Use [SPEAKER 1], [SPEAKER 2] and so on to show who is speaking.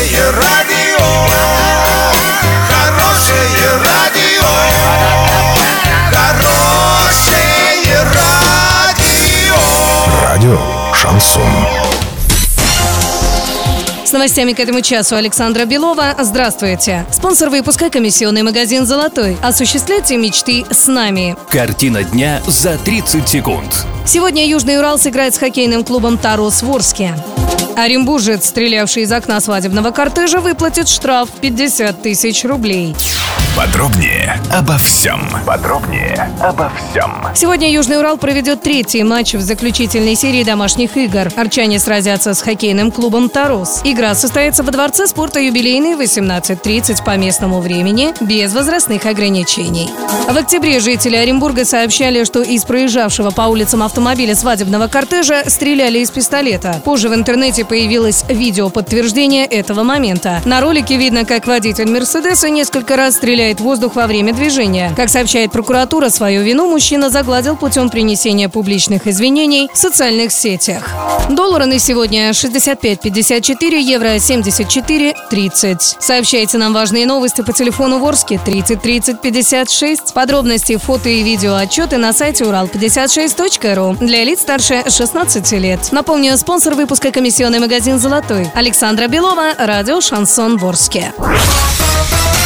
[SPEAKER 1] Хорошее радио, хорошее радио, хорошее радио.
[SPEAKER 2] Радио «Шансон».
[SPEAKER 3] С новостями к этому часу Александра Белова. Здравствуйте. Спонсор выпуска — комиссионный магазин «Золотой». Осуществляйте мечты с нами.
[SPEAKER 4] Картина дня за 30 секунд.
[SPEAKER 3] Сегодня Южный Урал сыграет с хоккейным клубом «Тарос» в Орске. Оренбуржец, стрелявший из окна свадебного кортежа, выплатит штраф 50 тысяч рублей.
[SPEAKER 2] Подробнее обо всем.
[SPEAKER 3] Сегодня Южный Урал проведет третий матч в заключительной серии домашних игр. Арчане сразятся с хоккейным клубом «Тарос». Игра состоится во Дворце спорта «Юбилейный» в 18:30 по местному времени, без возрастных ограничений. В октябре жители Оренбурга сообщали, что из проезжавшего по улицам автомобиля свадебного кортежа стреляли из пистолета. Позже в интернете появилось видео подтверждения этого момента. На ролике видно, как водитель «Мерседеса» несколько раз стреляет в воздух во время движения. Как сообщает прокуратура, свою вину мужчина загладил путем принесения публичных извинений в социальных сетях. Доллары на сегодня 65.54, евро 74.30. Сообщайте нам важные новости по телефону в Орске 30 30 56. Подробности, фото и видео отчеты на сайте урал56.ру для лиц старше 16 лет. Напомню, спонсор выпуска — комиссионный магазин «Золотой». Александра Белова, радио «Шансон» в Орске.